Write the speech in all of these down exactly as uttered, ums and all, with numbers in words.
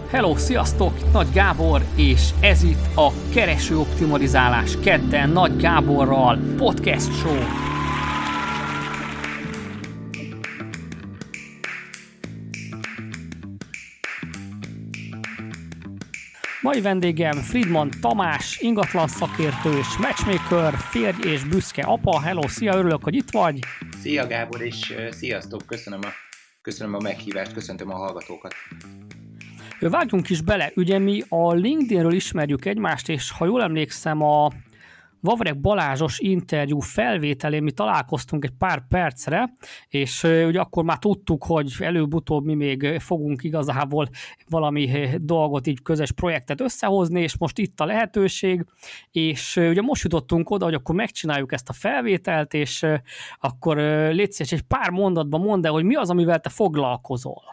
Hello, sziasztok! Nagy Gábor, és ez itt a Kereső Optimalizálás kedden Nagy Gáborral podcast show. Mai vendégem Friedman Tamás, ingatlan szakértő és matchmaker, férj és büszke apa. Hello, szia, örülök, hogy itt vagy. Szia Gábor, és uh, sziasztok, köszönöm a, köszönöm a meghívást, köszöntöm a hallgatókat. Vágjunk is bele, ugye mi a LinkedInről ismerjük egymást, és ha jól emlékszem, a Vavreg Balázsos interjú felvételén mi találkoztunk egy pár percre, és ugye akkor már tudtuk, hogy előbb-utóbb mi még fogunk igazából valami dolgot, így közös projektet összehozni, és most itt a lehetőség, és ugye most jutottunk oda, hogy akkor megcsináljuk ezt a felvételt, és akkor légy szíves, egy pár mondatban mondd el, hogy mi az, amivel te foglalkozol.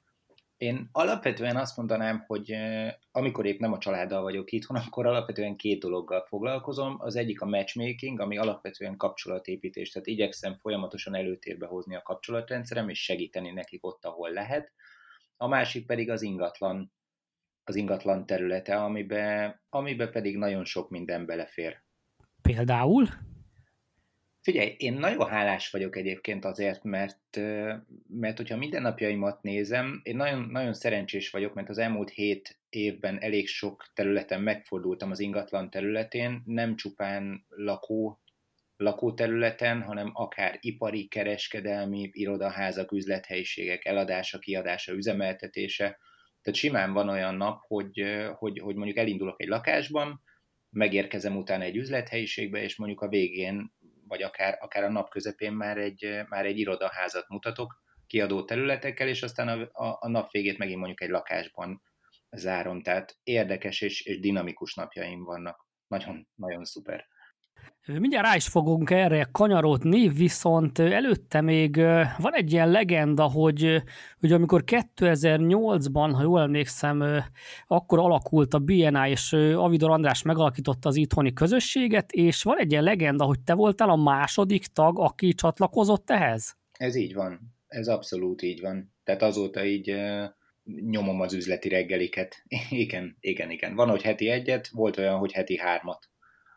Én alapvetően azt mondanám, hogy amikor épp nem a családdal vagyok itthon, akkor alapvetően két dologgal foglalkozom. Az egyik a matchmaking, ami alapvetően kapcsolatépítés, tehát igyekszem folyamatosan előtérbe hozni a kapcsolatrendszerem, és segíteni nekik ott, ahol lehet. A másik pedig az ingatlan, az ingatlan területe, amiben, amiben pedig nagyon sok minden belefér. Például? Figyelj, én nagyon hálás vagyok egyébként azért, mert, mert hogyha mindennapjaimat nézem, én nagyon, nagyon szerencsés vagyok, mert az elmúlt hét évben elég sok területen megfordultam az ingatlan területén, nem csupán lakó, lakóterületen, hanem akár ipari, kereskedelmi, irodaházak, üzlethelyiségek, eladása, kiadása, üzemeltetése. Tehát simán van olyan nap, hogy, hogy, hogy mondjuk elindulok egy lakásban, megérkezem utána egy üzlethelyiségbe, és mondjuk a végén vagy akár, akár a nap közepén már egy, már egy irodaházat mutatok kiadó területekkel, és aztán a, a, a nap végét megint mondjuk egy lakásban zárom. Tehát érdekes és, és dinamikus napjaim vannak. Nagyon, nagyon szuper. Mindjárt rá is fogunk erre kanyarodni, viszont előtte még van egy ilyen legenda, hogy ugye amikor kétezer-nyolcban, ha jól emlékszem, akkor alakult a bé en i, és Avidor András megalakította az itthoni közösséget, és van egy ilyen legenda, hogy te voltál a második tag, aki csatlakozott ehhez? Ez így van. Ez abszolút így van. Tehát azóta így nyomom az üzleti reggeliket. Igen, igen, igen. Van, hogy heti egyet, volt olyan, hogy heti hármat.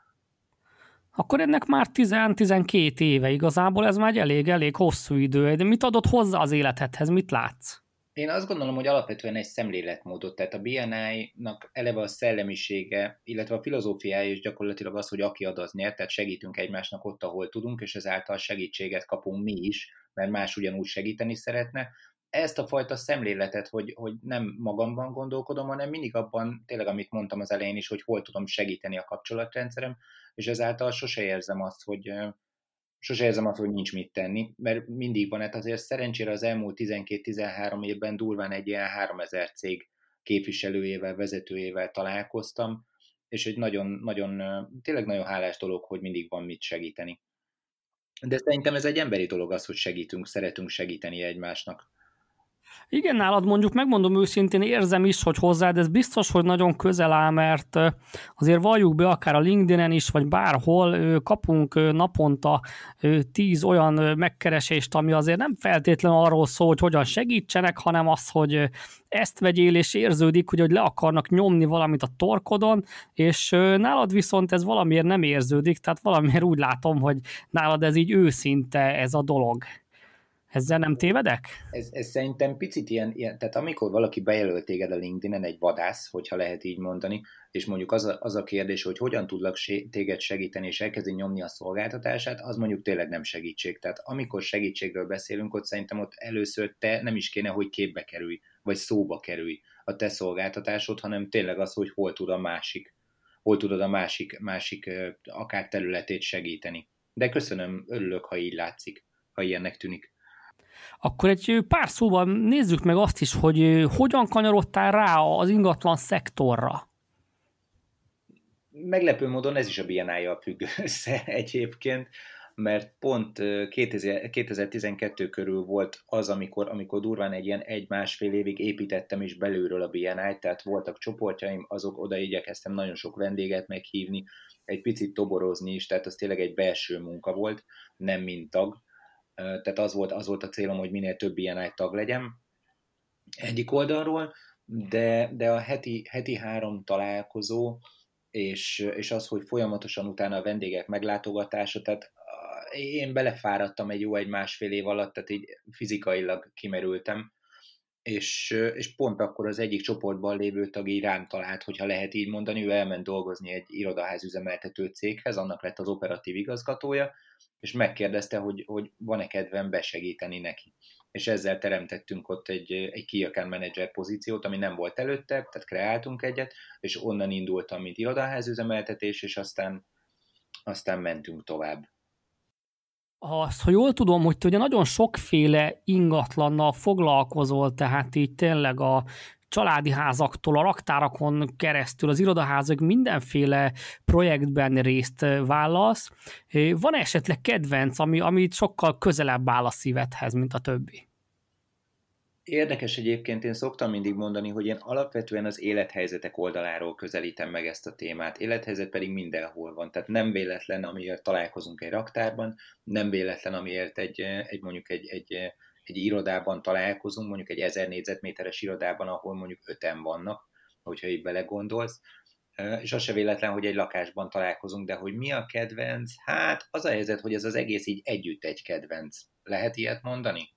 Akkor ennek már tíz-tizenkét éve igazából, ez már egy elég-elég hosszú idő. De mit adott hozzá az életedhez, mit látsz? Én azt gondolom, hogy alapvetően egy szemléletmódot, tehát a bé en i-nak eleve a szellemisége, illetve a filozófiája is gyakorlatilag az, hogy aki ad, az nyer, tehát segítünk egymásnak ott, ahol tudunk, és ezáltal segítséget kapunk mi is, mert más ugyanúgy segíteni szeretne. Ezt a fajta szemléletet, hogy, hogy nem magamban gondolkodom, hanem mindig abban, tényleg amit mondtam az elején is, hogy hol tudom segíteni a kapcsolatrendszerem, és ezáltal sose érzem azt, hogy sose érzem azt, hogy nincs mit tenni, mert mindig van, hát azért szerencsére az elmúlt tizenkét-tizenhárom évben durván egy ilyen háromezer cég képviselőjével, vezetőjével találkoztam, és egy nagyon, nagyon, tényleg nagyon hálás dolog, hogy mindig van mit segíteni. De szerintem ez egy emberi dolog az, hogy segítünk, szeretünk segíteni egymásnak. Igen, nálad mondjuk, megmondom őszintén, érzem is, hogy hozzád ez biztos, hogy nagyon közel áll, mert azért valljuk be akár a LinkedIn-en is, vagy bárhol kapunk naponta tíz olyan megkeresést, ami azért nem feltétlenül arról szól, hogy hogyan segítsenek, hanem az, hogy ezt vegyél, és érződik, hogy, hogy le akarnak nyomni valamit a torkodon, és nálad viszont ez valamiért nem érződik, tehát valamiért úgy látom, hogy nálad ez így őszinte ez a dolog. Ezzel nem tévedek? Ez, ez szerintem picit ilyen, ilyen, tehát amikor valaki bejelölt téged a LinkedIn-en, egy vadász, hogyha lehet így mondani, és mondjuk az a, az a kérdés, hogy hogyan tudlak téged segíteni, és elkezdi nyomni a szolgáltatását, az mondjuk tényleg nem segítség. Tehát amikor segítségről beszélünk, ott szerintem ott először te nem is kéne, hogy képbe kerülj, vagy szóba kerülj a te szolgáltatásod, hanem tényleg az, hogy hol tud a másik, hol tudod a másik, másik akár területét segíteni. De köszönöm, örülök, ha így látszik, ha ilyennek tűnik. Akkor egy pár szóval nézzük meg azt is, hogy hogyan kanyarodtál rá az ingatlan szektorra. Meglepő módon ez is a bé en i-jal függ össze egyébként, mert pont kétezer-tizenkettő körül volt az, amikor, amikor durván egy ilyen egy-másfél évig építettem is belülről a bé en i-t, tehát voltak csoportjaim, azok oda igyekeztem nagyon sok vendéget meghívni, egy picit toborozni is, tehát az tényleg egy belső munka volt, nem mint tag. Tehát az volt, az volt a célom, hogy minél több bé en i tag legyen egyik oldalról, de, de a heti, heti három találkozó, és, és az, hogy folyamatosan utána a vendégek meglátogatása, tehát én belefáradtam egy jó egy másfél év alatt, tehát így fizikailag kimerültem, és, és pont akkor az egyik csoportban lévő tag így rám talált, hogyha lehet így mondani, ő elment dolgozni egy irodaház üzemeltető céghez, annak lett az operatív igazgatója, és megkérdezte, hogy, hogy van-e kedvem besegíteni neki. És ezzel teremtettünk ott egy, egy key account manager pozíciót, ami nem volt előtte, tehát kreáltunk egyet, és onnan indultam, mint irodaház üzemeltetés, és aztán, aztán mentünk tovább. Azt, ha jól tudom, hogy te ugye nagyon sokféle ingatlannal foglalkozol, tehát így tényleg a családi házaktól, a raktárakon keresztül, az irodaházak mindenféle projektben részt vállalsz. Van esetleg kedvenc, ami, amit sokkal közelebb áll a szívedhez, mint a többi? Érdekes egyébként, én szoktam mindig mondani, hogy én alapvetően az élethelyzetek oldaláról közelítem meg ezt a témát. Élethelyzet pedig mindenhol van, tehát nem véletlen, amiért találkozunk egy raktárban, nem véletlen, amiért egy, egy mondjuk egy, egy, egy irodában találkozunk, mondjuk egy ezer négyzetméteres irodában, ahol mondjuk öten vannak, hogyha így belegondolsz. És az se véletlen, hogy egy lakásban találkozunk, de hogy mi a kedvenc? Hát az a helyzet, hogy ez az egész így együtt egy kedvenc. Lehet ilyet mondani?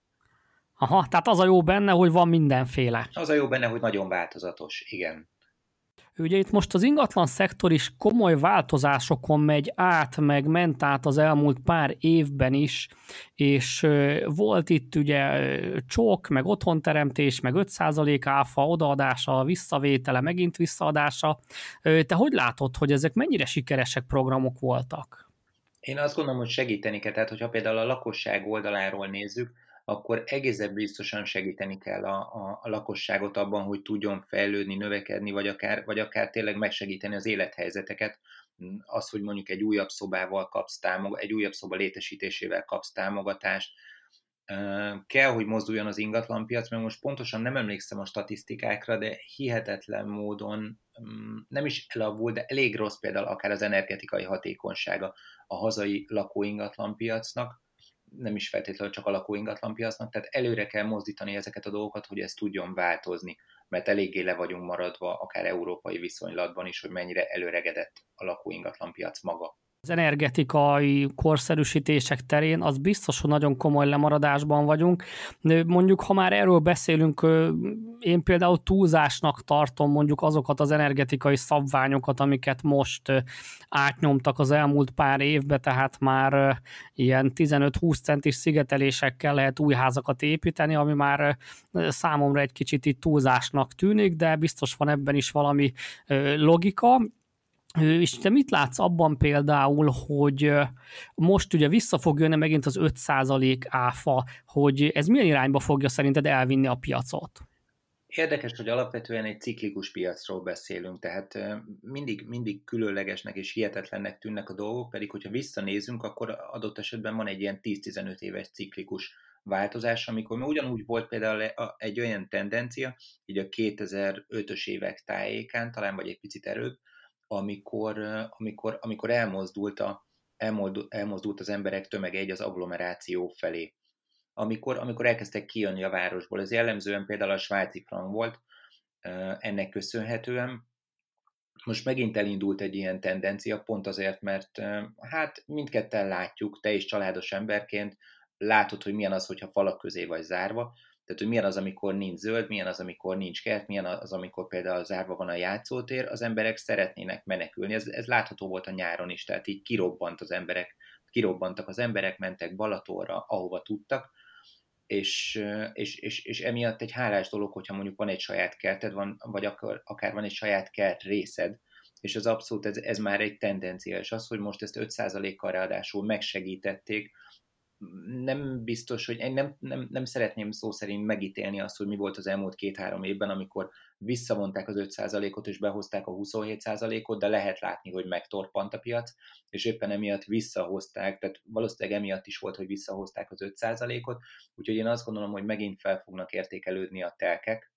Aha, tehát az a jó benne, hogy van mindenféle. Az a jó benne, hogy nagyon változatos, igen. Ugye itt most az ingatlan szektor is komoly változásokon megy át, meg ment át az elmúlt pár évben is, és volt itt ugye csók, meg otthonteremtés, meg öt százalék áfa, odaadása, visszavétele, megint visszaadása. Te hogy látod, hogy ezek mennyire sikeresek programok voltak? Én azt gondolom, hogy segíteni kell, tehát hogyha például a lakosság oldaláról nézzük, akkor egészen biztosan segíteni kell a, a, a lakosságot abban, hogy tudjon fejlődni, növekedni, vagy akár, vagy akár tényleg megsegíteni az élethelyzeteket. Az, hogy mondjuk egy újabb szobával kapsz támogatást, egy újabb szoba létesítésével kapsz támogatást. Kell, hogy mozduljon az ingatlanpiac, mert most pontosan nem emlékszem a statisztikákra, de hihetetlen módon nem is elavult, de elég rossz például akár az energetikai hatékonysága a hazai lakóingatlanpiacnak, nem is feltétlenül csak a lakóingatlanpiacnak, tehát előre kell mozdítani ezeket a dolgokat, hogy ez tudjon változni, mert eléggé le vagyunk maradva, akár európai viszonylatban is, hogy mennyire előregedett a lakóingatlanpiac maga. Az energetikai korszerűsítések terén az biztos, hogy nagyon komoly lemaradásban vagyunk. Mondjuk, ha már erről beszélünk, én például túlzásnak tartom mondjuk azokat az energetikai szabványokat, amiket most átnyomtak az elmúlt pár évben, tehát már ilyen tizenöt-húsz centis szigetelésekkel lehet új házakat építeni, ami már számomra egy kicsit itt túlzásnak tűnik, de biztos van ebben is valami logika. És te mit látsz abban például, hogy most ugye vissza fog jönni megint az öt százalék áfa, hogy ez milyen irányba fogja szerinted elvinni a piacot? Érdekes, hogy alapvetően egy ciklikus piacról beszélünk, tehát mindig, mindig különlegesnek és hihetetlennek tűnnek a dolgok, pedig hogyha visszanézünk, akkor adott esetben van egy ilyen tíz-tizenöt éves ciklikus változás, amikor ugyanúgy volt például egy olyan tendencia, így a kétezer-ötös évek tájékán, talán vagy egy picit előbb, amikor, amikor, amikor elmozdult, a, elmozdult, elmozdult az emberek tömege egy az agglomeráció felé. Amikor, amikor elkezdtek kijönni a városból. Ez jellemzően például a svájci frank volt, ennek köszönhetően. Most megint elindult egy ilyen tendencia, pont azért, mert hát mindketten látjuk, te is családos emberként, látod, hogy milyen az, hogyha falak közé vagy zárva, tehát, hogy milyen az, amikor nincs zöld, milyen az, amikor nincs kert, milyen az, amikor például zárva van a játszótér, az emberek szeretnének menekülni. Ez, ez látható volt a nyáron is, tehát így kirobbant az emberek, kirobbantak az emberek, mentek Balatonra, ahova tudtak, és, és, és, és emiatt egy hálás dolog, hogyha mondjuk van egy saját kerted, van, vagy akár, akár van egy saját kert részed, és az abszolút ez, ez már egy tendencia, és az, hogy most ezt öt százalékkal ráadásul megsegítették, nem biztos, hogy én nem, nem, nem szeretném szó szerint megítélni azt, hogy mi volt az elmúlt két-három évben, amikor visszavonták az öt százalékot és behozták a huszonhét százalékot, de lehet látni, hogy megtorpant a piac, és éppen emiatt visszahozták, tehát valószínűleg emiatt is volt, hogy visszahozták az öt százalékot, úgyhogy én azt gondolom, hogy megint fel fognak értékelődni a telkek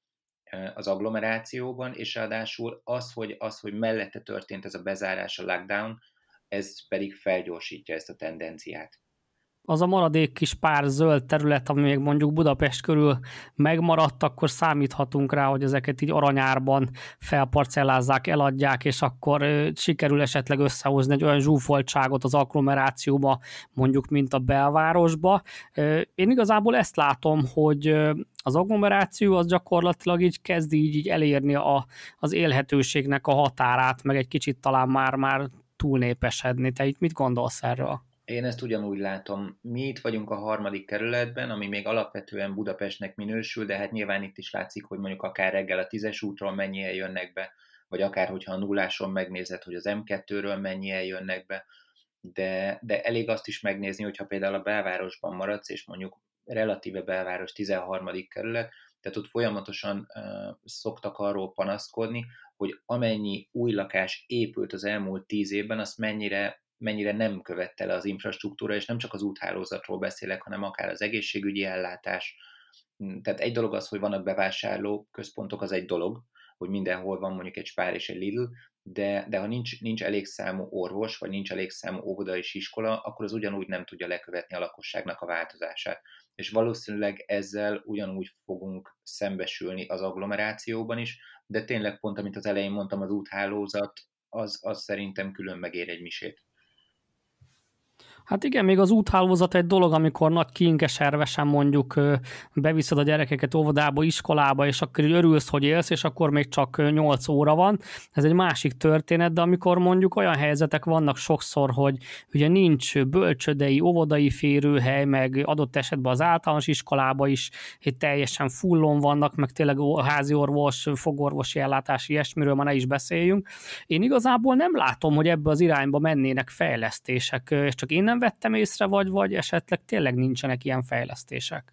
az agglomerációban, és ráadásul az, hogy, az, hogy mellette történt ez a bezárás, a lockdown, ez pedig felgyorsítja ezt a tendenciát. Az a maradék kis pár zöld terület, ami még mondjuk Budapest körül megmaradt, akkor számíthatunk rá, hogy ezeket így aranyárban felparcellázzák, eladják, és akkor ö, sikerül esetleg összehozni egy olyan zsúfoltságot az agglomerációba, mondjuk, mint a belvárosba. Ö, én igazából ezt látom, hogy ö, az agglomeráció az gyakorlatilag így kezd így, így elérni a, az élhetőségnek a határát, meg egy kicsit talán már-már túlnépesedni. Te itt mit gondolsz erről? Én ezt ugyanúgy látom. Mi itt vagyunk a harmadik kerületben, ami még alapvetően Budapestnek minősül, de hát nyilván itt is látszik, hogy mondjuk akár reggel a tízes útról mennyien jönnek be, vagy akár hogyha a nulláson megnézed, hogy az em kettőről mennyien jönnek be, de, de elég azt is megnézni, hogyha például a belvárosban maradsz, és mondjuk relatíve belváros tizenharmadik kerület, tehát ott folyamatosan uh, szoktak arról panaszkodni, hogy amennyi új lakás épült az elmúlt tíz évben, azt mennyire mennyire nem követte le az infrastruktúra, és nem csak az úthálózatról beszélek, hanem akár az egészségügyi ellátás. Tehát egy dolog az, hogy vannak bevásárló központok, az egy dolog, hogy mindenhol van mondjuk egy Spár és egy Lidl, de, de ha nincs, nincs elég számú orvos, vagy nincs elég számú óvoda és iskola, akkor az ugyanúgy nem tudja lekövetni a lakosságnak a változását. És valószínűleg ezzel ugyanúgy fogunk szembesülni az agglomerációban is, de tényleg pont, amit az elején mondtam, az úthálózat, az, az szerintem külön megér egy misét. Hát igen, még az úthálózat egy dolog, amikor nagy kiinkeservesen mondjuk beviszed a gyerekeket óvodába, iskolába, és akkor így örülsz, hogy élsz, és akkor még csak nyolc óra van. Ez egy másik történet, de amikor mondjuk olyan helyzetek vannak sokszor, hogy ugye nincs bölcsödei, óvodai férőhely, meg adott esetben az általános iskolába is egy teljesen fullon vannak, meg tényleg házi orvos, fogorvosi ellátás, ilyesmiről már ne is beszéljünk. Én igazából nem látom, hogy ebbe az irányba mennének fejlesztések, és csak én nem vettem észre, vagy, vagy esetleg tényleg nincsenek ilyen fejlesztések?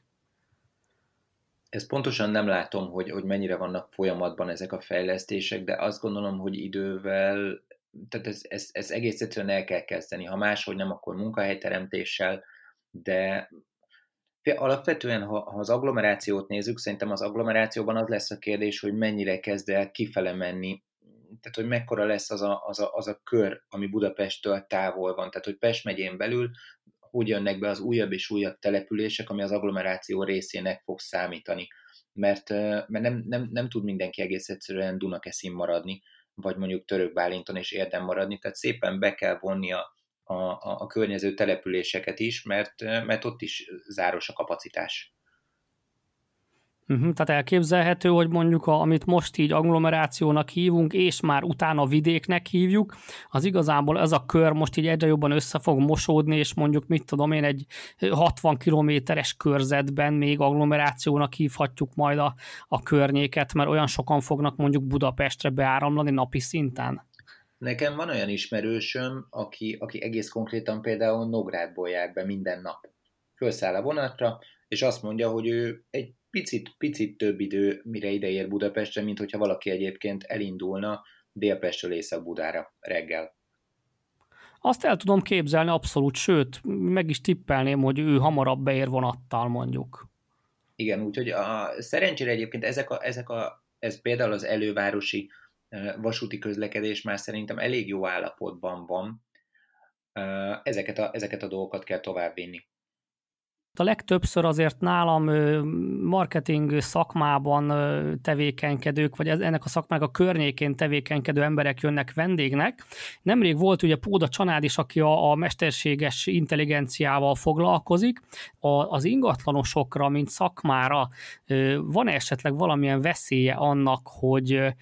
Ezt pontosan nem látom, hogy, hogy mennyire vannak folyamatban ezek a fejlesztések, de azt gondolom, hogy idővel, tehát ez, ez, ez egész egyszerűen el kell kezdeni. Ha máshogy nem, akkor munkahelyteremtéssel, de alapvetően, ha, ha az agglomerációt nézzük, szerintem az agglomerációban az lesz a kérdés, hogy mennyire kezd el kifele menni, tehát hogy mekkora lesz az a, az, a, az a kör, ami Budapesttől távol van. Tehát, hogy Pest megyén belül hogy jönnek be az újabb és újabb települések, ami az agglomeráció részének fog számítani. Mert, mert nem, nem, nem tud mindenki egész egyszerűen Dunakeszin maradni, vagy mondjuk Törökbálinton és Érdem maradni, tehát szépen be kell vonni a, a, a környező településeket is, mert, mert ott is záros a kapacitás. Uh-huh, tehát elképzelhető, hogy mondjuk, a, amit most így agglomerációnak hívunk, és már utána vidéknek hívjuk, az igazából ez a kör most így egyre jobban össze fog mosódni, és mondjuk, mit tudom én, egy hatvan kilométeres körzetben még agglomerációnak hívhatjuk majd a, a környéket, mert olyan sokan fognak mondjuk Budapestre beáramlani napi szinten. Nekem van olyan ismerősöm, aki, aki egész konkrétan például Nógrádból jár be minden nap. Fölszáll a vonatra, és azt mondja, hogy ő egy picit, picit több idő, mire ideér Budapestre, mint hogyha valaki egyébként elindulna Délpestről Észak-Budára reggel. Azt el tudom képzelni abszolút, sőt, meg is tippelném, hogy ő hamarabb beér vonattal mondjuk. Igen, úgyhogy a, szerencsére egyébként ezek a, ezek a, ez például az elővárosi vasúti közlekedés már szerintem elég jó állapotban van. Ezeket a, ezeket a dolgokat kell továbbvinni. A legtöbbször azért nálam marketing szakmában tevékenykedők, vagy ennek a szakmának a környékén tevékenykedő emberek jönnek vendégnek. Nemrég volt ugye Póda Csanád is, aki a, a mesterséges intelligenciával foglalkozik. A, az ingatlanosokra, mint szakmára van esetleg valamilyen veszélye annak, hogy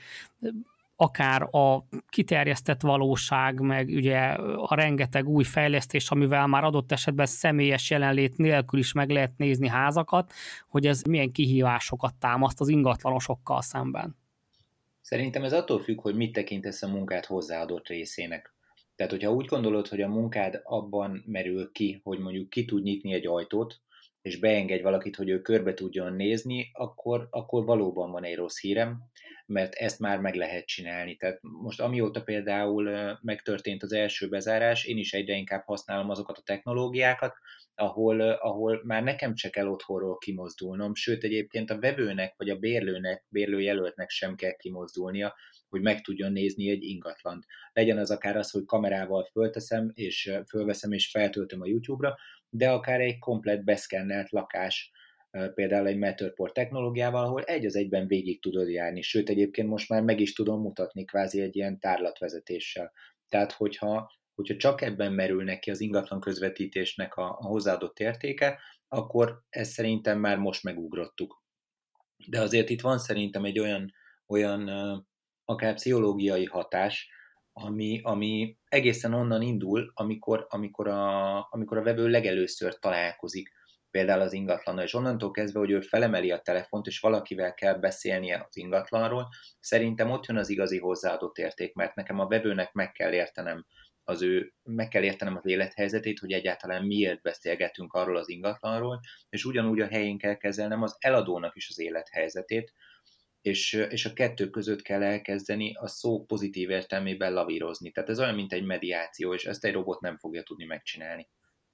akár a kiterjesztett valóság, meg ugye a rengeteg új fejlesztés, amivel már adott esetben személyes jelenlét nélkül is meg lehet nézni házakat, hogy ez milyen kihívásokat támaszt az ingatlanosokkal szemben. Szerintem ez attól függ, hogy mit tekintesz a munkád hozzáadott részének. Tehát, hogyha úgy gondolod, hogy a munkád abban merül ki, hogy mondjuk ki tud nyitni egy ajtót, és beengedj valakit, hogy ő körbe tudjon nézni, akkor, akkor valóban van egy rossz hírem, mert ezt már meg lehet csinálni. Tehát most amióta például megtörtént az első bezárás, én is egyre inkább használom azokat a technológiákat, ahol, ahol már nekem se kell otthonról kimozdulnom, sőt egyébként a vevőnek vagy a bérlőnek, bérlőjelöltnek sem kell kimozdulnia, hogy meg tudjon nézni egy ingatlant. Legyen az akár az, hogy kamerával fölteszem, és fölveszem, és feltöltöm a YouTube-ra, de akár egy komplett beszkennelt lakás, például egy Matterport technológiával, ahol egy az egyben végig tudod járni, sőt egyébként most már meg is tudom mutatni kvázi egy ilyen tárlatvezetéssel. Tehát, hogyha, hogyha csak ebben merülnek ki az ingatlan közvetítésnek a, a hozzáadott értéke, akkor ezt szerintem már most megugrottuk. De azért itt van szerintem egy olyan, olyan akár pszichológiai hatás, ami, ami egészen onnan indul, amikor, amikor, a, amikor a vevő legelőször találkozik például az ingatlannal, és onnantól kezdve, hogy ő felemeli a telefont, és valakivel kell beszélnie az ingatlanról, szerintem ott jön az igazi hozzáadott érték, mert nekem a vevőnek meg kell értenem az ő, meg kell értenem az élethelyzetét, hogy egyáltalán miért beszélgetünk arról az ingatlanról, és ugyanúgy a helyén kell kezelnem az eladónak is az élethelyzetét, és, és a kettő között kell elkezdeni a szó pozitív értelmében lavírozni. Tehát ez olyan, mint egy mediáció, és ezt egy robot nem fogja tudni megcsinálni.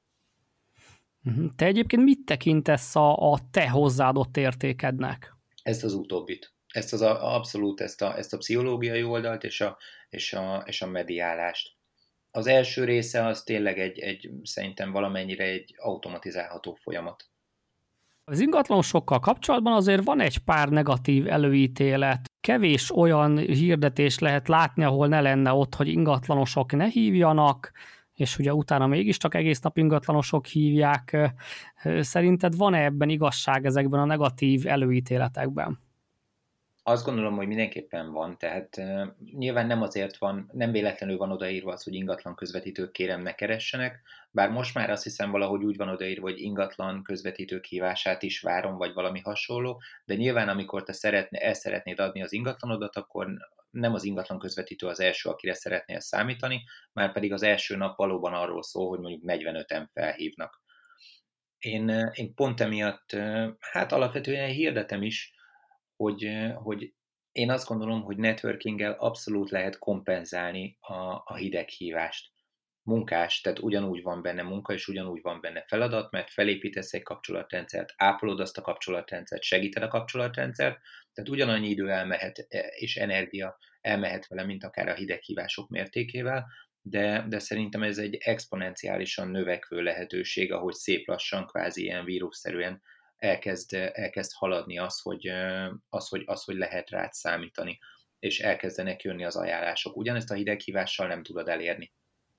Te egyébként mit tekintesz a, a te hozzáadott értékednek? Ezt az utóbbit. Ezt az a, abszolút ezt a, ezt a pszichológiai oldalt és a, és, a, és a mediálást. Az első része az tényleg egy, egy szerintem valamennyire egy automatizálható folyamat. Az ingatlanosokkal kapcsolatban azért van egy pár negatív előítélet. Kevés olyan hirdetés lehet látni, ahol ne lenne ott, hogy ingatlanosok ne hívjanak, és ugye utána mégiscsak egész nap ingatlanosok hívják. Szerinted van-e ebben igazság ezekben a negatív előítéletekben? Azt gondolom, hogy mindenképpen van, tehát uh, nyilván nem azért van, nem véletlenül van odaírva az, hogy ingatlan közvetítők kérem ne keressenek, bár most már azt hiszem valahogy úgy van odaírva, hogy ingatlan közvetítők hívását is várom, vagy valami hasonló, de nyilván amikor te szeretné, el szeretnéd adni az ingatlanodat, akkor nem az ingatlan közvetítő az első, akire szeretnél számítani, már pedig az első nap valóban arról szól, hogy mondjuk negyvenöten felhívnak. Én, én pont emiatt, hát alapvetően hirdetem is, Hogy, hogy én azt gondolom, hogy networkinggel abszolút lehet kompenzálni a, a hideghívást. Munkás, tehát ugyanúgy van benne munka, és ugyanúgy van benne feladat, mert felépítesz egy kapcsolatrendszert, ápolod azt a kapcsolatrendszert, segíted a kapcsolatrendszert, tehát ugyanannyi idő elmehet, és energia elmehet vele, mint akár a hideghívások mértékével, de, de szerintem ez egy exponenciálisan növekvő lehetőség, ahogy szép lassan, kvázi ilyen vírusszerűen elkezd, elkezd haladni az hogy, az, hogy, az, hogy lehet rád számítani, és elkezdenek jönni az ajánlások. Ugyanezt a hideghívással nem tudod elérni.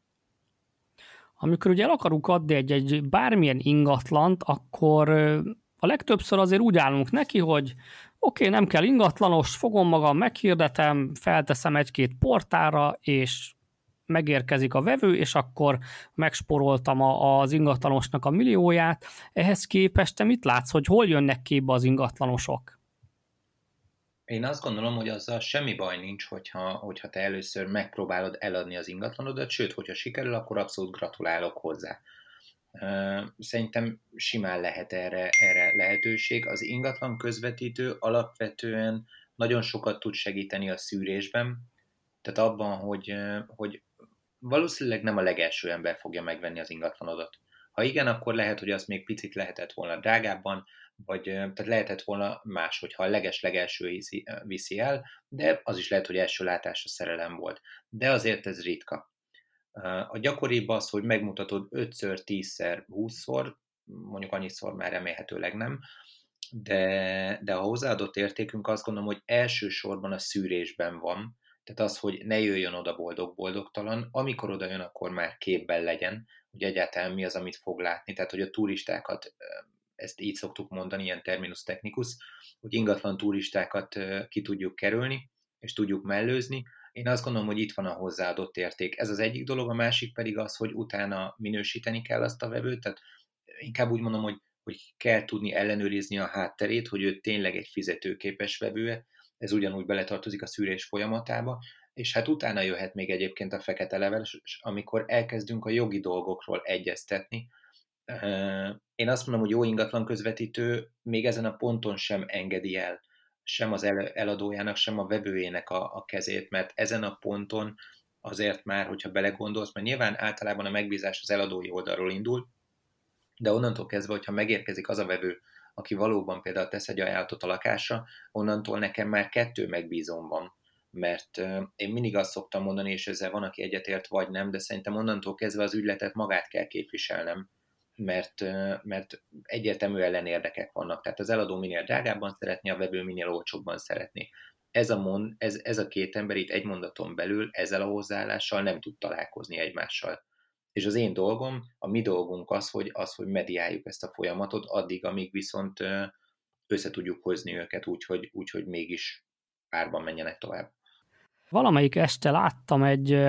Amikor ugye el akarunk adni egy, egy bármilyen ingatlant, akkor a legtöbbször azért úgy állunk neki, hogy oké, okay, nem kell ingatlanos, fogom magam, meghirdetem, felteszem egy-két portára, és megérkezik a vevő, és akkor megsporoltam az ingatlanosnak a millióját. Ehhez képest te mit látsz, hogy hol jönnek képbe az ingatlanosok? Én azt gondolom, hogy azzal semmi baj nincs, hogyha, hogyha te először megpróbálod eladni az ingatlanodat, sőt, hogyha sikerül, akkor abszolút gratulálok hozzá. Szerintem simán lehet erre, erre lehetőség. Az ingatlan közvetítő alapvetően nagyon sokat tud segíteni a szűrésben, tehát abban, hogy, hogy valószínűleg nem a legelső ember fogja megvenni az ingatlanodat. Ha igen, akkor lehet, hogy az még picit lehetett volna drágábban, vagy tehát lehetett volna más, hogyha a leges-legelső viszi, viszi el, de az is lehet, hogy első látásra szerelem volt. De azért ez ritka. A gyakoribb az, hogy megmutatod ötször, tízszer, húszszor, mondjuk annyiszor már remélhetőleg nem, de, de a hozzáadott értékünk azt gondolom, hogy elsősorban a szűrésben van, tehát az, hogy ne jöjjön oda boldog-boldogtalan, amikor oda jön, akkor már képben legyen, hogy egyáltalán mi az, amit fog látni, tehát hogy a turistákat, ezt így szoktuk mondani, ilyen terminus technicus, hogy ingatlan turistákat ki tudjuk kerülni, és tudjuk mellőzni. Én azt gondolom, hogy itt van a hozzáadott érték. Ez az egyik dolog, a másik pedig az, hogy utána minősíteni kell azt a vevőt, tehát inkább úgy mondom, hogy, hogy kell tudni ellenőrizni a hátterét, hogy ő tényleg egy fizetőképes vevő, ez ugyanúgy beletartozik a szűrés folyamatába, és hát utána jöhet még egyébként a fekete level, amikor elkezdünk a jogi dolgokról egyeztetni. Én azt mondom, hogy jó ingatlan közvetítő még ezen a ponton sem engedi el sem az eladójának, sem a vevőjének a, a kezét, mert ezen a ponton azért már, hogyha belegondolsz, mert nyilván általában a megbízás az eladói oldalról indul, de onnantól kezdve, hogyha megérkezik az a vevő, aki valóban például tesz egy ajánlatot a lakásra, onnantól nekem már kettő megbízom van. mert én mindig azt szoktam mondani, és ezzel van, aki egyetért, vagy nem, de szerintem onnantól kezdve az ügyletet magát kell képviselnem, mert, mert egyértelmű ellenérdekek vannak. Tehát az eladó minél drágábban szeretné, a vevő minél olcsóbban szeretné. Ez a, mond, ez, ez a két ember itt egy mondaton belül ezzel a hozzáállással nem tud találkozni egymással. És az én dolgom, a mi dolgunk az, hogy, az, hogy mediáljuk ezt a folyamatot addig, amíg viszont össze tudjuk hozni őket úgy, hogy, úgy, hogy mégis párban menjenek tovább. Valamelyik este láttam egy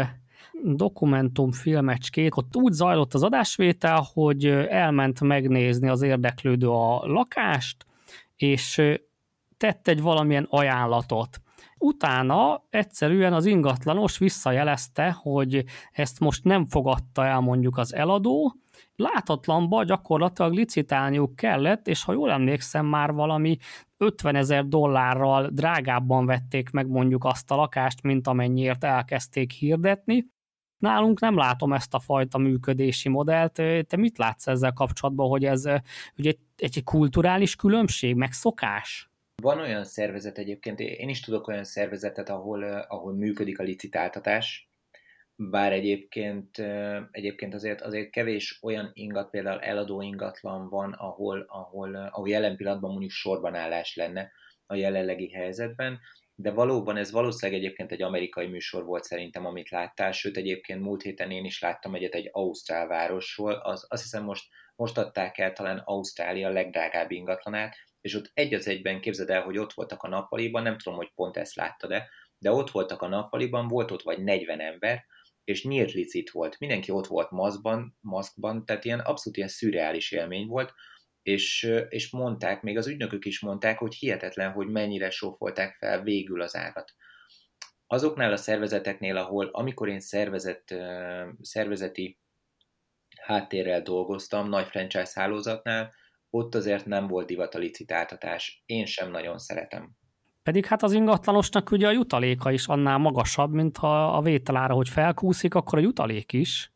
dokumentumfilmecskét, ott úgy zajlott az adásvétel, hogy elment megnézni az érdeklődő a lakást, és tett egy valamilyen ajánlatot. Utána egyszerűen az ingatlanos visszajelezte, hogy ezt most nem fogadta el mondjuk az eladó, látatlanba gyakorlatilag licitálniuk kellett, és ha jól emlékszem, már valami ötvenezer dollárral drágábban vették meg mondjuk azt a lakást, mint amennyiért elkezdték hirdetni. Nálunk nem látom ezt a fajta működési modellt. Te mit látsz ezzel kapcsolatban, hogy ez ugye egy, egy kulturális különbség, meg szokás? Van olyan szervezet egyébként, én is tudok olyan szervezetet, ahol, ahol működik a licitáltatás, bár egyébként, egyébként azért, azért kevés olyan ingat, például eladó ingatlan van, ahol, ahol, ahol jelen pillanatban mondjuk sorbanállás lenne a jelenlegi helyzetben, de valóban ez valószínűleg egyébként egy amerikai műsor volt szerintem, amit láttál, sőt egyébként múlt héten én is láttam egyet egy ausztrál városról, az, azt hiszem most, most adták el talán Ausztrália legdrágább ingatlanát, és ott egy az egyben képzeld el, hogy ott voltak a nappaliban, nem tudom, hogy pont ezt láttad-e, de ott voltak a nappaliban, volt ott vagy negyven ember, és nyílt licit volt. Mindenki ott volt maszkban, maszkban, tehát ilyen abszolút ilyen szürreális élmény volt, és, és mondták, még az ügynökök is mondták, hogy hihetetlen, hogy mennyire sófolták fel végül az árat. Azoknál a szervezeteknél, ahol amikor én szervezet, szervezeti háttérrel dolgoztam, nagy franchise hálózatnál, ott azért nem volt divat a licitáltatás. Én sem nagyon szeretem. Pedig hát az ingatlanosnak ugye a jutaléka is annál magasabb, mint ha a vételára, hogy felkúszik, akkor a jutalék is.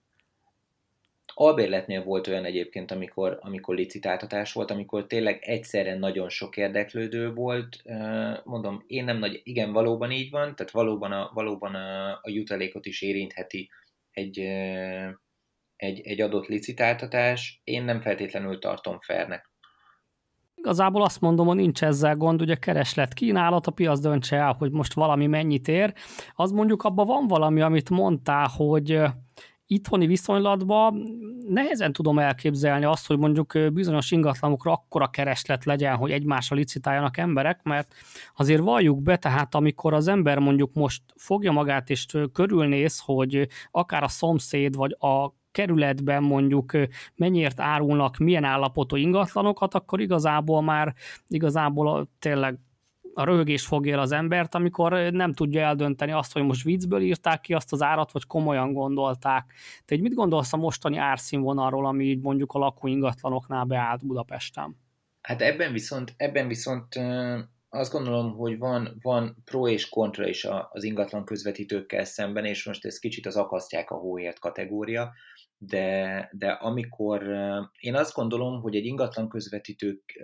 Albérletnél volt olyan egyébként, amikor, amikor licitáltatás volt, amikor tényleg egyszerre nagyon sok érdeklődő volt. Mondom, én nem nagy, igen, valóban így van, tehát valóban a, valóban a, a jutalékot is érintheti egy, egy, egy adott licitáltatás. Én nem feltétlenül tartom fairnek. Igazából azt mondom, hogy nincs ezzel gond, ugye kereslet, kínálat, a piac döntse el, hogy most valami mennyit ér. Az mondjuk abban van valami, amit mondtál, hogy itthoni viszonylatban nehezen tudom elképzelni azt, hogy mondjuk bizonyos ingatlanokra akkora kereslet legyen, hogy egymásra licitáljanak emberek, mert azért valljuk be, tehát amikor az ember mondjuk most fogja magát és körülnéz, hogy akár a szomszéd vagy a kerületben mondjuk mennyiért árulnak, milyen állapotú ingatlanokat, akkor igazából már igazából tényleg a röhögés fogja el az embert, amikor nem tudja eldönteni azt, hogy most viccből írták ki azt az árat, vagy komolyan gondolták. Te így mit gondolsz a mostani árszínvonalról, ami így mondjuk a lakóingatlanoknál beállt Budapesten? Hát ebben viszont, ebben viszont azt gondolom, hogy van, van pro és kontra is az ingatlan közvetítőkkel szemben, és most ez kicsit az akasztják a hóért kategória, de, de amikor én azt gondolom, hogy egy ingatlan közvetítők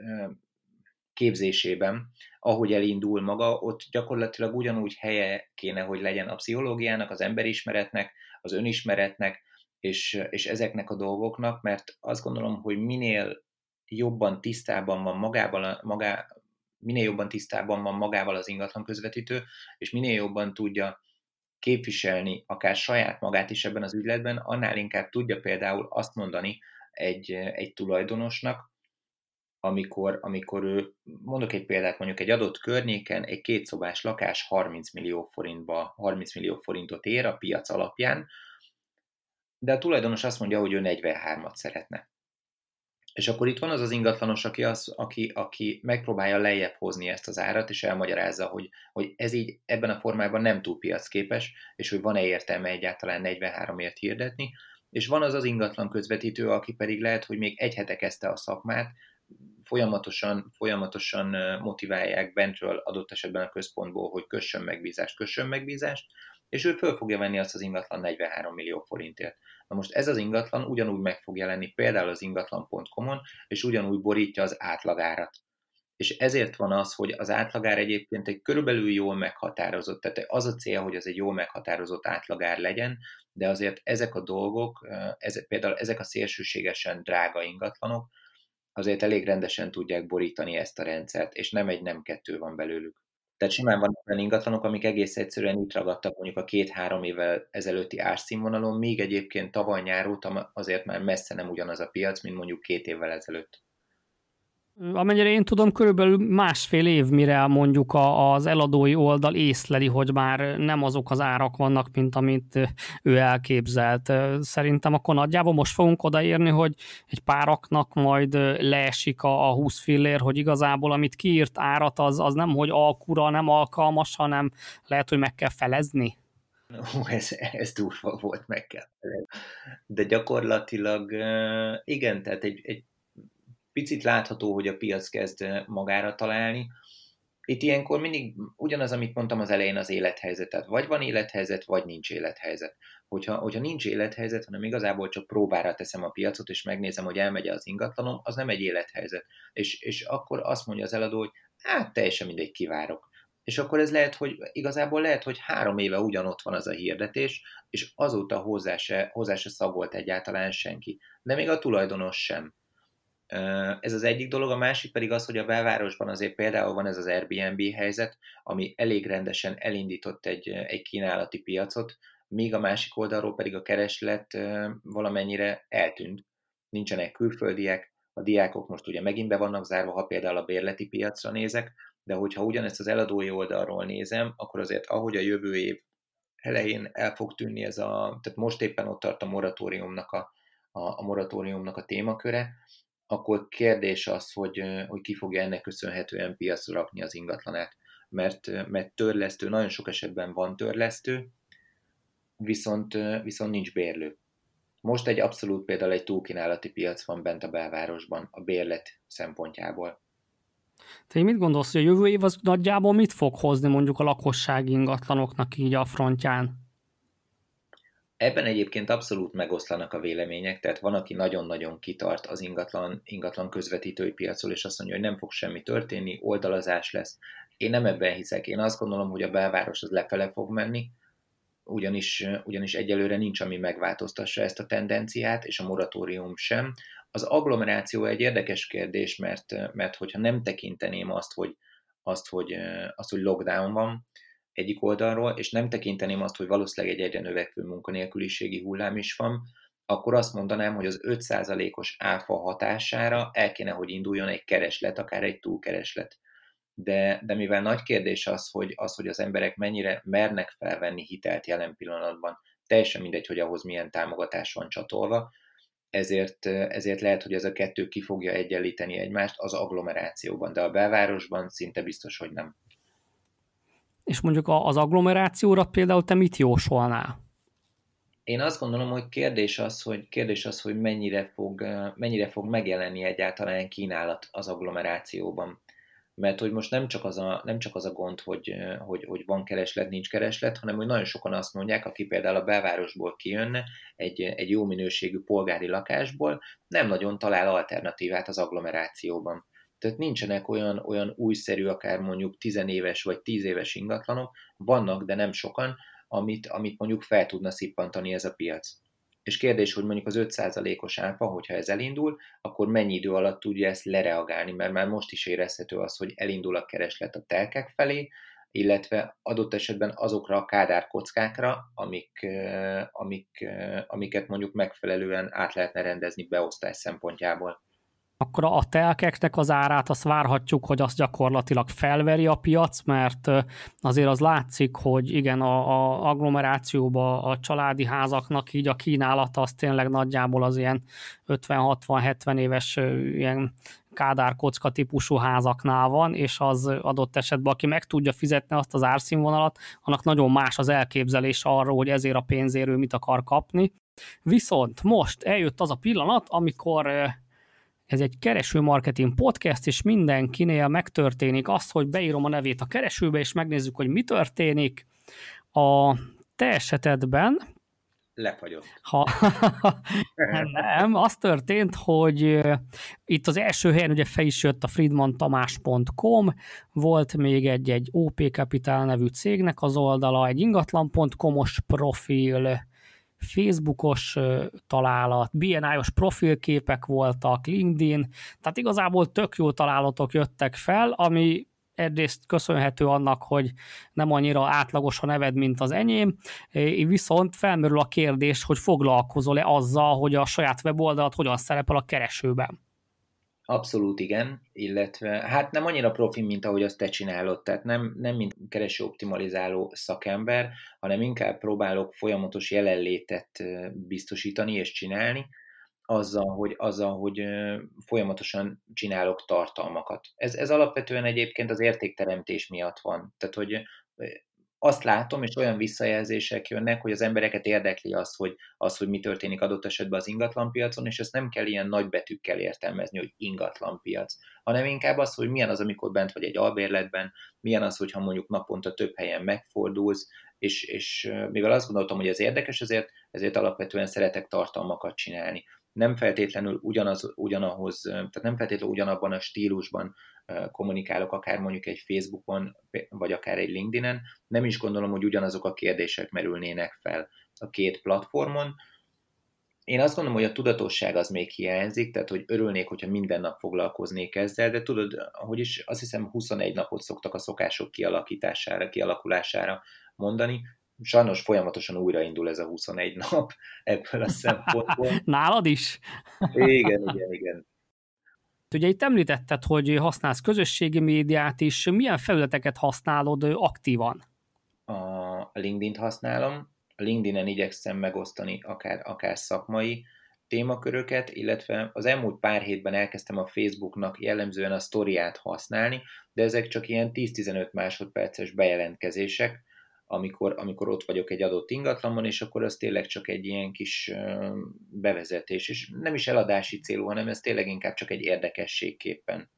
képzésében, ahogy elindul maga, ott gyakorlatilag ugyanúgy helye kéne, hogy legyen a pszichológiának, az emberismeretnek, az önismeretnek, és, és ezeknek a dolgoknak, mert azt gondolom, hogy minél jobban tisztában van magával, a, magá, minél jobban tisztában van magával az ingatlan közvetítő, és minél jobban tudja képviselni akár saját magát is ebben az ügyletben, annál inkább tudja például azt mondani egy, egy tulajdonosnak, amikor, amikor ő, mondok egy példát, mondjuk egy adott környéken egy kétszobás lakás harminc millió forintba, harminc millió forintot ér a piac alapján, de a tulajdonos azt mondja, hogy ő negyvenhármat szeretne. És akkor itt van az az ingatlanos, aki, az, aki, aki megpróbálja lejjebb hozni ezt az árat, és elmagyarázza, hogy, hogy ez így ebben a formában nem túl piacképes, és hogy van-e értelme egyáltalán negyvenháromért hirdetni, és van az az ingatlan közvetítő, aki pedig lehet, hogy még egy hete kezdte a szakmát, folyamatosan, folyamatosan motiválják bentről adott esetben a központból, hogy kössön megbízást, kössön megbízást, és ő föl fogja venni azt az ingatlan negyvenhárom millió forintért. Na most ez az ingatlan ugyanúgy meg fog jelenni például az ingatlan pont com-on, és ugyanúgy borítja az átlagárat. És ezért van az, hogy az átlagár egyébként egy körülbelül jól meghatározott, tehát az a cél, hogy ez egy jól meghatározott átlagár legyen, de azért ezek a dolgok, ezek, például ezek a szélsőségesen drága ingatlanok, azért elég rendesen tudják borítani ezt a rendszert, és nem egy, nem kettő van belőlük. Tehát simán vannak olyan ingatlanok, amik egész egyszerűen itt ragadtak mondjuk a két-három évvel ezelőtti árszínvonalon, míg egyébként tavaly nyár óta azért már messze nem ugyanaz a piac, mint mondjuk két évvel ezelőtt. Amennyire én tudom, körülbelül másfél év, mire mondjuk az eladói oldal észleli, hogy már nem azok az árak vannak, mint amit ő elképzelt. Szerintem akkor nagyjából most fogunk odaérni, hogy egy páraknak majd leesik a húsz fillér, hogy igazából amit kiírt árat, az, az nem, hogy alkura nem alkalmas, hanem lehet, hogy meg kell felezni. Ó, ez, ez durva volt, meg kell felezni. De gyakorlatilag igen, tehát egy, egy picit látható, hogy a piac kezd magára találni. Itt ilyenkor mindig ugyanaz, amit mondtam az elején, az élethelyzet. Tehát vagy van élethelyzet, vagy nincs élethelyzet. Hogyha, hogyha nincs élethelyzet, hanem igazából csak próbára teszem a piacot, és megnézem, hogy elmegy az ingatlanom, az nem egy élethelyzet. És, és akkor azt mondja az eladó, hogy hát teljesen mindegy, kivárok. És akkor ez lehet, hogy igazából lehet, hogy három éve ugyanott van az a hirdetés, és azóta hozzá se, hozzá se szagolt egyáltalán senki. De még a tulajdonos sem. Ez az egyik dolog, a másik pedig az, hogy a belvárosban azért például van ez az Airbnb helyzet, ami elég rendesen elindított egy, egy kínálati piacot, míg a másik oldalról pedig a kereslet valamennyire eltűnt. Nincsenek külföldiek, a diákok most ugye megint be vannak zárva, ha például a bérleti piacra nézek, de hogyha ugyanezt az eladói oldalról nézem, akkor azért ahogy a jövő év elején el fog tűnni ez a, tehát most éppen ott tart a moratóriumnak a, a, a moratóriumnak a témaköre, akkor kérdés az, hogy, hogy ki fogja ennek köszönhetően piacra rakni az ingatlanát. Mert, mert törlesztő, nagyon sok esetben van törlesztő, viszont, viszont nincs bérlő. Most egy abszolút például egy túlkínálati piac van bent a belvárosban a bérlet szempontjából. Te mit gondolsz, hogy a jövő év az nagyjából mit fog hozni mondjuk a lakossági ingatlanoknak így a frontján? Ebben egyébként abszolút megoszlanak a vélemények, tehát van, aki nagyon-nagyon kitart az ingatlan, ingatlan közvetítői piacról, és azt mondja, hogy nem fog semmi történni, oldalazás lesz. Én nem ebben hiszek. Én azt gondolom, hogy a belváros az lefele fog menni, ugyanis, ugyanis egyelőre nincs, ami megváltoztassa ezt a tendenciát, és a moratórium sem. Az agglomeráció egy érdekes kérdés, mert, mert hogyha nem tekinteném azt, hogy, azt, hogy, azt, hogy lockdown van, egyik oldalról, és nem tekinteném azt, hogy valószínűleg egy egyre növekvő munkanélküliségi hullám is van, akkor azt mondanám, hogy az öt százalékos áfa hatására el kéne, hogy induljon egy kereslet, akár egy túlkereslet. De, de mivel nagy kérdés az hogy, az, hogy az emberek mennyire mernek felvenni hitelt jelen pillanatban, teljesen mindegy, hogy ahhoz milyen támogatás van csatolva, ezért, ezért lehet, hogy ez a kettő ki fogja egyenlíteni egymást az agglomerációban, de a belvárosban szinte biztos, hogy nem. És mondjuk az agglomerációra például te mit jósolnál? Én azt gondolom, hogy kérdés az, hogy, kérdés az, hogy mennyire, fog, mennyire fog megjelenni egyáltalán kínálat az agglomerációban. Mert hogy most nem csak az a, nem csak az a gond, hogy, hogy, hogy van kereslet, nincs kereslet, hanem hogy nagyon sokan azt mondják, aki például a belvárosból kijönne, egy, egy jó minőségű polgári lakásból, nem nagyon talál alternatívát az agglomerációban. Tehát nincsenek olyan, olyan újszerű, akár mondjuk tizenéves vagy tíz éves ingatlanok, vannak, de nem sokan, amit, amit mondjuk fel tudna szippantani ez a piac. És kérdés, hogy mondjuk az öt százalékos áfa, hogyha ez elindul, akkor mennyi idő alatt tudja ezt lereagálni, mert már most is érezhető az, hogy elindul a kereslet a telkek felé, illetve adott esetben azokra a kádárkockákra, amik, amik, amiket mondjuk megfelelően át lehetne rendezni beosztás szempontjából. Akkor a telkeknek az árát azt várhatjuk, hogy az gyakorlatilag felveri a piac, mert azért az látszik, hogy igen, a, a agglomerációban a családi házaknak így a kínálata az tényleg nagyjából az ilyen ötven-hatvan-hetven éves ilyen kádárkocka típusú házaknál van, és az adott esetben, aki meg tudja fizetni azt az árszínvonalat, annak nagyon más az elképzelés arról, hogy ezért a pénzért ő mit akar kapni. Viszont most eljött az a pillanat, amikor ez egy keresőmarketing podcast, és mindenkinél megtörténik az, hogy beírom a nevét a keresőbe, és megnézzük, hogy mi történik. A te esetedben Lefagyott. Ha, nem, az történt, hogy itt az első helyen ugye fel is jött a friedmantamás pont com, volt még egy, egy o pé Capital nevű cégnek az oldala, egy ingatlan pont com-os profil, Facebookos találat, bé en i-os profilképek voltak, LinkedIn, tehát igazából tök jó találatok jöttek fel, ami egyrészt köszönhető annak, hogy nem annyira átlagos a neved, mint az enyém, viszont felmerül a kérdés, hogy foglalkozol-e azzal, hogy a saját weboldalat hogyan szerepel a keresőben. Abszolút igen, illetve hát nem annyira profi, mint ahogy azt te csinálod, tehát nem, nem mint kereső optimalizáló szakember, hanem inkább próbálok folyamatos jelenlétet biztosítani és csinálni, azzal, hogy, azzal, hogy folyamatosan csinálok tartalmakat. Ez, ez alapvetően egyébként az értékteremtés miatt van. Tehát, hogy azt látom, és olyan visszajelzések jönnek, hogy az embereket érdekli az, hogy, az, hogy mi történik adott esetben az ingatlanpiacon, és ezt nem kell ilyen nagy betűkkel értelmezni, hogy ingatlanpiac, hanem inkább az, hogy milyen az, amikor bent vagy egy albérletben, milyen az, hogyha mondjuk naponta több helyen megfordulsz, és, és mivel azt gondoltam, hogy ez érdekes, ezért, ezért alapvetően szeretek tartalmakat csinálni. Nem feltétlenül ugyanaz, ugyanahoz, tehát nem feltétlenül ugyanabban a stílusban kommunikálok, akár mondjuk egy Facebookon, vagy akár egy LinkedInen, nem is gondolom, hogy ugyanazok a kérdések merülnének fel a két platformon. Én azt gondolom, hogy a tudatosság az még hiányzik, tehát hogy örülnék, hogyha minden nap foglalkoznék ezzel, de tudod, hogy is azt hiszem huszonegy napot szoktak a szokások kialakítására, kialakulására mondani. Sajnos folyamatosan újraindul ez a huszonegy nap ebből a szempontból. Nálad is? Igen, igen, igen. Ugye itt említetted, hogy használsz közösségi médiát is. Milyen felületeket használod aktívan? A LinkedIn-t használom. A LinkedIn-en igyekszem megosztani akár, akár szakmai témaköröket, illetve az elmúlt pár hétben elkezdtem a Facebooknak jellemzően a sztoriát használni, de ezek csak ilyen tíz-tizenöt másodperces bejelentkezések, amikor, amikor ott vagyok egy adott ingatlanban, és akkor az tényleg csak egy ilyen kis bevezetés, és nem is eladási célú, hanem ez tényleg inkább csak egy érdekességképpen.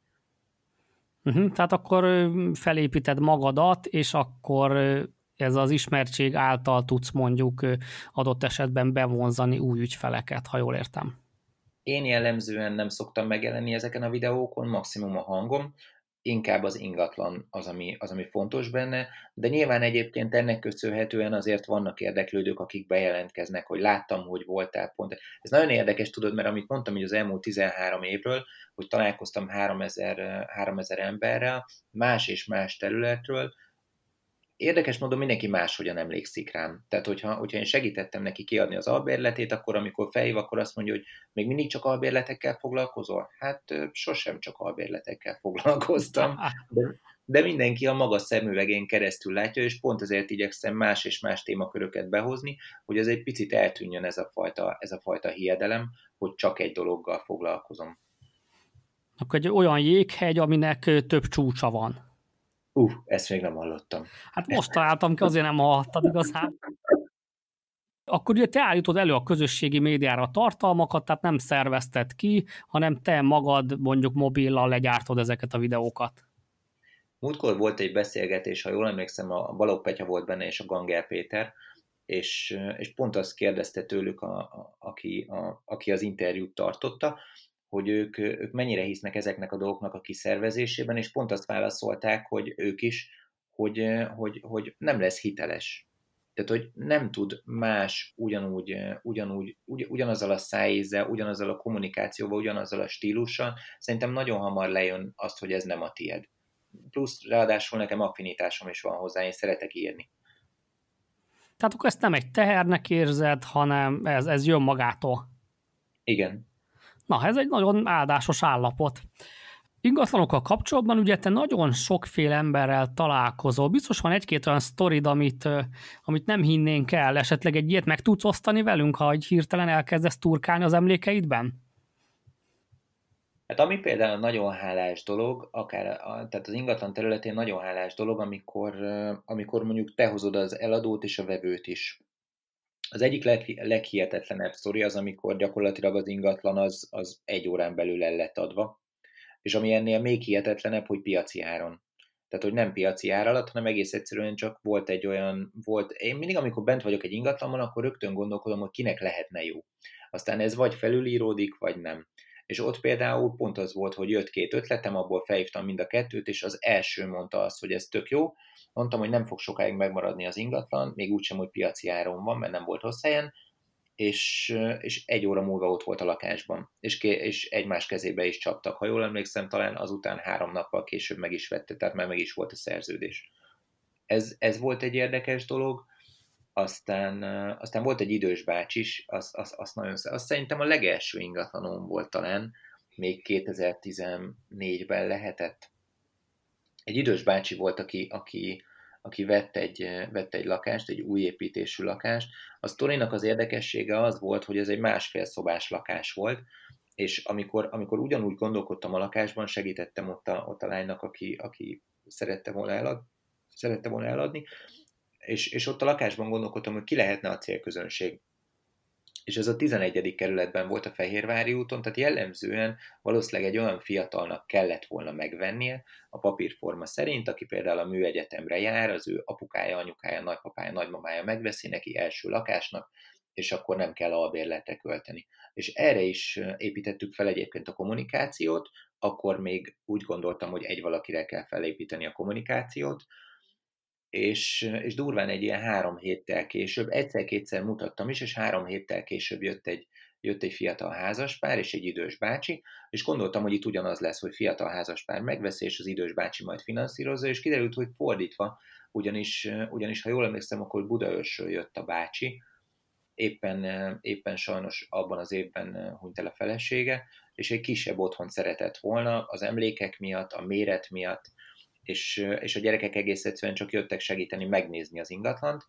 Uh-huh, tehát akkor felépíted magadat, és akkor ez az ismertség által tudsz mondjuk adott esetben bevonzani új ügyfeleket, ha jól értem. Én jellemzően nem szoktam megjelenni ezeken a videókon, maximum a hangom, inkább az ingatlan az ami, az, ami fontos benne, de nyilván egyébként ennek köszönhetően azért vannak érdeklődők, akik bejelentkeznek, hogy láttam, hogy voltál pont. Ez nagyon érdekes, tudod, mert amit mondtam, hogy az elmúlt tizenhárom évről, hogy találkoztam háromezer emberrel, más és más területről, érdekes módon mindenki máshogyan emlékszik rám. Tehát, hogyha, hogyha én segítettem neki kiadni az albérletét, akkor amikor felhív, akkor azt mondja, hogy még mindig csak albérletekkel foglalkozol? Hát sosem csak albérletekkel foglalkoztam. De, de mindenki a maga szemüvegén keresztül látja, és pont ezért igyekszem más és más témaköröket behozni, hogy ez egy picit eltűnjön ez a fajta, ez a fajta hiedelem, hogy csak egy dologgal foglalkozom. Akkor egy olyan jéghegy, aminek több csúcsa van. Uh, ezt még nem hallottam. Hát most találtam ki, azért nem hallottad igazán. Akkor ugye te állítod elő a közösségi médiára a tartalmakat, tehát nem szervezted ki, hanem te magad mondjuk mobillal legyártod ezeket a videókat. Múltkor volt egy beszélgetés, ha jól emlékszem, a Balogh Petya volt benne, és a Ganger Péter, és, és pont azt kérdezte tőlük, a, a, aki, a, aki az interjút tartotta, hogy ők, ők mennyire hisznek ezeknek a dolgoknak a kiszervezésében, és pont azt válaszolták, hogy ők is, hogy, hogy, hogy nem lesz hiteles. Tehát, hogy nem tud más ugyanúgy, ugyanúgy ugy, ugyanazzal a szájízzel, ugyanazzal a kommunikációval, ugyanazzal a stílussal, szerintem nagyon hamar lejön azt, hogy ez nem a tied. Plusz ráadásul nekem affinitásom is van hozzá, én szeretek írni. Tehát akkor ezt nem egy tehernek érzed, hanem ez, ez jön magától. Igen. Na, ez egy nagyon áldásos állapot. Ingatlanokkal kapcsolatban ugye te nagyon sokféle emberrel találkozol. Biztos van egy-két olyan sztorid, amit, amit nem hinnénk el. Esetleg egy ilyet meg tudsz osztani velünk, ha egy hirtelen elkezdesz turkálni az emlékeidben? Hát ami például nagyon hálás dolog, akár a, tehát az ingatlan területén nagyon hálás dolog, amikor, amikor mondjuk te hozod az eladót és a vevőt is. Az egyik leg, leghihetetlenebb sztori az, amikor gyakorlatilag az ingatlan az, az egy órán belül el lett adva, és ami ennél még hihetetlenebb, hogy piaci áron. Tehát, hogy nem piaci ár alatt, hanem egész egyszerűen csak volt egy olyan, volt, én mindig, amikor bent vagyok egy ingatlanban, akkor rögtön gondolkodom, hogy kinek lehetne jó. Aztán ez vagy felülíródik, vagy nem. És ott például pont az volt, hogy jött két ötletem, abból felhívtam mind a kettőt, és az első mondta azt, hogy ez tök jó. Mondtam, hogy nem fog sokáig megmaradni az ingatlan, még úgysem, hogy piaci áron van, mert nem volt rossz helyen, és, és egy óra múlva ott volt a lakásban, és, ké, és egymás kezébe is csaptak. Ha jól emlékszem, talán azután három nappal később meg is vette, tehát már meg is volt a szerződés. Ez, ez volt egy érdekes dolog, aztán, aztán volt egy idős bács is, az, az, az nagyon, az szerintem a legelső ingatlanom volt talán, még kétezer-tizennégyben lehetett. Egy idős bácsi volt, aki, aki, aki vett, egy, vett egy lakást, egy új építésű lakást. A sztorinak az érdekessége az volt, hogy ez egy másfél szobás lakás volt, és amikor, amikor ugyanúgy gondolkodtam a lakásban, segítettem ott a, ott a lánynak, aki, aki szerette volna, elad, szerette volna eladni, és, és ott a lakásban gondolkodtam, hogy ki lehetne a célközönség. És ez a tizenegyedik kerületben volt a Fehérvári úton, tehát jellemzően valószínűleg egy olyan fiatalnak kellett volna megvennie a papírforma szerint, aki például a műegyetemre jár, az ő apukája, anyukája, nagypapája, nagymamája megveszi neki első lakásnak, és akkor nem kell albérletre költeni. És erre is építettük fel egyébként a kommunikációt, akkor még úgy gondoltam, hogy egy valakire kell felépíteni a kommunikációt, és, és durván egy ilyen három héttel később, egyszer-kétszer mutattam is, és három héttel később jött egy, jött egy fiatal házaspár és egy idős bácsi, és gondoltam, hogy itt ugyanaz lesz, hogy fiatal házaspár megveszi, és az idős bácsi majd finanszírozza, és kiderült, hogy fordítva, ugyanis, ugyanis ha jól emlékszem, akkor Budaörsről jött a bácsi, éppen, éppen sajnos abban az évben hunyt el a felesége, és egy kisebb otthon szeretett volna az emlékek miatt, a méret miatt, és, és a gyerekek egész egyszerűen csak jöttek segíteni megnézni az ingatlant,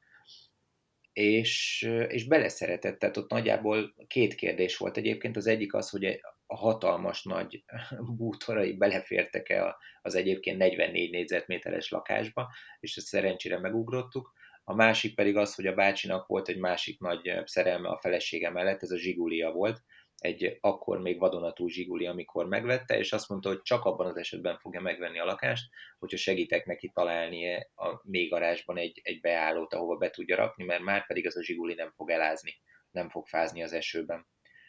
és, és beleszeretett, tehát ott nagyjából két kérdés volt egyébként, az egyik az, hogy a hatalmas nagy bútorai belefértek-e az egyébként negyvennégy négyzetméteres lakásba, és ezt szerencsére megugrottuk, a másik pedig az, hogy a bácsinak volt egy másik nagy szerelme a felesége mellett, ez a Zsigulia volt, egy akkor még vadonatúj Zsiguli, amikor megvette, és azt mondta, hogy csak abban az esetben fogja megvenni a lakást, hogyha segítek neki találni a mélygarázsban egy, egy beállót, ahova be tudja rakni, mert már pedig az a Zsiguli nem fog elázni, nem fog fázni az esőben.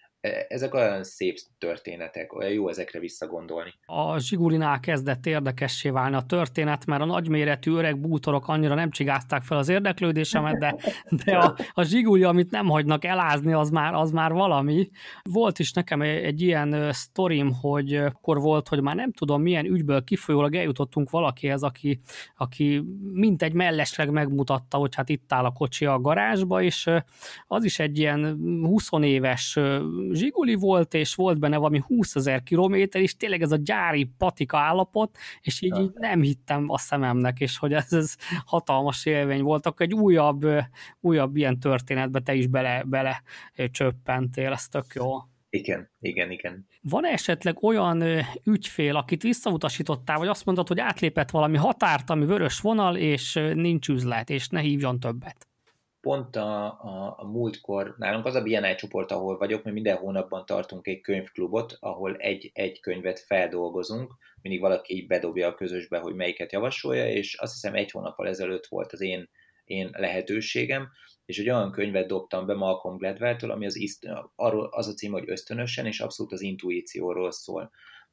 Ezek olyan szép történetek, olyan jó ezekre visszagondolni. A Zsigulinál kezdett érdekessé válni a történet, mert a nagyméretű öreg bútorok annyira nem csigázták fel az érdeklődésemet, de, de a, a Zsiguli, amit nem hagynak elázni, az már, az már valami. Volt is nekem egy ilyen sztorim, hogy akkor volt, hogy már nem tudom milyen ügyből kifolyólag eljutottunk valakihez, aki, aki mint egy mellesleg megmutatta, hogy hát itt áll a kocsi a garázsba, és az is egy ilyen húsz éves Zsiguli volt, és volt benne valami húszezer kilométer, és tényleg ez a gyári patika állapot, és így, így nem hittem a szememnek, és hogy ez, ez hatalmas élmény volt. Akkor egy újabb, újabb ilyen történetbe te is bele, bele csöppentél, ez tök jó. Igen, igen, igen. Van esetleg olyan ügyfél, akit visszautasítottál, vagy azt mondtad, hogy átlépett valami határt, ami vörös vonal, és nincs üzlet, és ne hívjon többet? Pont a, a, a múltkor, nálunk az a bé en i csoport, ahol vagyok, mi minden hónapban tartunk egy könyvklubot, ahol egy, egy könyvet feldolgozunk, mindig valaki így bedobja a közösbe, hogy melyiket javasolja, és azt hiszem egy hónappal ezelőtt volt az én, én lehetőségem, és egy olyan könyvet dobtam be Malcolm Gladwell-től, ami az, arról az a cím, hogy ösztönösen, és abszolút az intuícióról szól.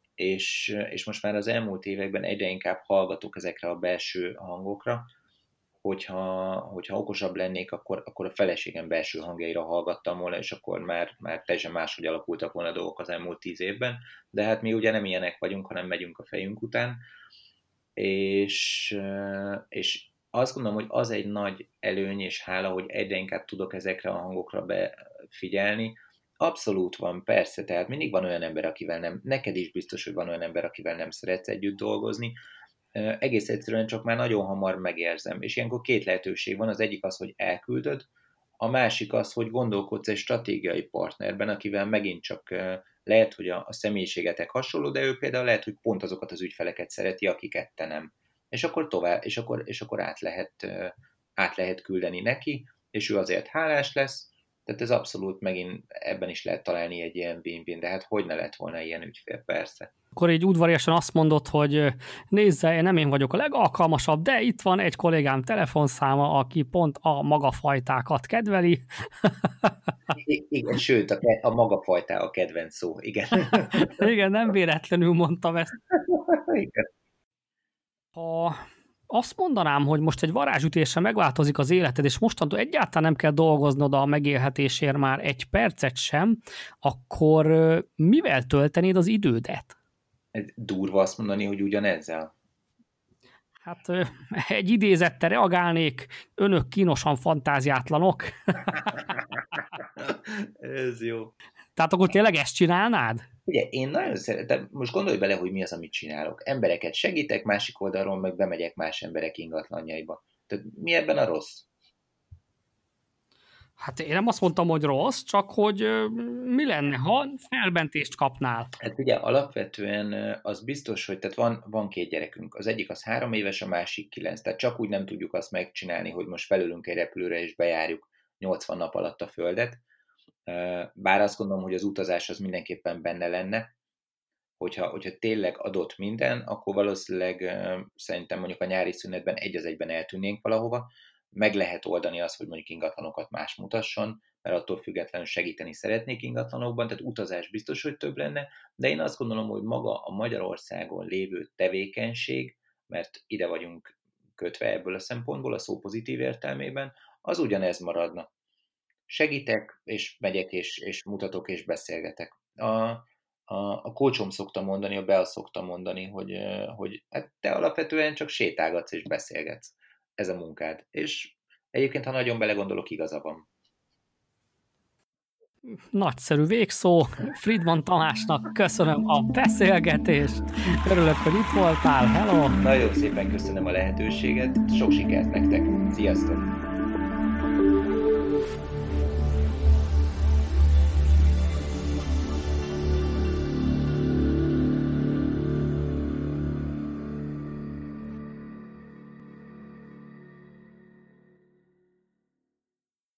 És, és most már az elmúlt években egyre inkább hallgatok ezekre a belső hangokra, Hogyha, hogyha okosabb lennék, akkor, akkor a feleségem belső hangjaira hallgattam volna, és akkor már, már teljesen máshogy alakultak volna a dolgok az elmúlt tíz évben. De hát mi ugye nem ilyenek vagyunk, hanem megyünk a fejünk után. És, és azt gondolom, hogy az egy nagy előny és hála, hogy egyre inkább tudok ezekre a hangokra befigyelni. Abszolút van, persze, tehát mindig van olyan ember, akivel nem, neked is biztos, hogy van olyan ember, akivel nem szeretsz együtt dolgozni, egész egyszerűen csak már nagyon hamar megérzem. És ilyenkor két lehetőség van, az egyik az, hogy elküldöd, a másik az, hogy gondolkodsz egy stratégiai partnerben, akivel megint csak lehet, hogy a, a személyiségetek hasonló, de ő például lehet, hogy pont azokat az ügyfeleket szereti, akiket te nem. És akkor tovább, és akkor, és akkor át, lehet, át lehet küldeni neki, és ő azért hálás lesz, Tehát ez abszolút megint ebben is lehet találni egy ilyen win-win, de hát hogy ne lett volna ilyen ügyfél, persze. Akkor így udvariasan azt mondod, hogy nézze, nem én vagyok a legalkalmasabb, de itt van egy kollégám telefonszáma, aki pont a magafajtákat kedveli. I- igen, sőt, a, a magafajtá a kedvenc szó, igen. Igen, nem véletlenül mondtam ezt. Igen. Ha azt mondanám, hogy most egy varázsütéssel megváltozik az életed, és mostantól egyáltalán nem kell dolgoznod a megélhetésért már egy percet sem, akkor mivel töltenéd az idődet? Ez durva azt mondani, hogy ugyanezzel. Hát egy idézettel reagálnék, önök kínosan fantáziátlanok. Ez jó. Tehát akkor tényleg ezt csinálnád? Ugye, én nagyon szeretem, most gondolj bele, hogy mi az, amit csinálok. Embereket segítek, másik oldalról meg bemegyek más emberek ingatlanjaiba. Tehát mi ebben a rossz? Hát én nem azt mondtam, hogy rossz, csak hogy mi lenne, ha felmentést kapnál? Hát ugye alapvetően az biztos, hogy tehát van, van két gyerekünk. Az egyik az három éves, a másik kilenc. Tehát csak úgy nem tudjuk azt megcsinálni, hogy most felülünk egy repülőre és bejárjuk nyolcvan nap alatt a Földet. Bár azt gondolom, hogy az utazás az mindenképpen benne lenne, hogyha, hogyha tényleg adott minden, akkor valószínűleg szerintem mondjuk a nyári szünetben egy az egyben eltűnnénk valahova. Meg lehet oldani azt, hogy mondjuk ingatlanokat más mutasson, mert attól függetlenül segíteni szeretnék ingatlanokban, tehát utazás biztos, hogy több lenne, de én azt gondolom, hogy maga a Magyarországon lévő tevékenység, mert ide vagyunk kötve ebből a szempontból, a szó pozitív értelmében, az ugyanez maradna. Segítek, és megyek, és, és mutatok, és beszélgetek. A, a, a coachom szokta mondani, a Bell szokta mondani, hogy, hogy hát te alapvetően csak sétálgatsz és beszélgetsz. Ez a munkád. És egyébként, ha nagyon belegondolok, igaza van. Nagyszerű végszó. Friedman Tamásnak köszönöm a beszélgetést. Örülök, hogy itt voltál. Hello! Nagyon szépen köszönöm a lehetőséget. Sok sikert nektek. Sziasztok!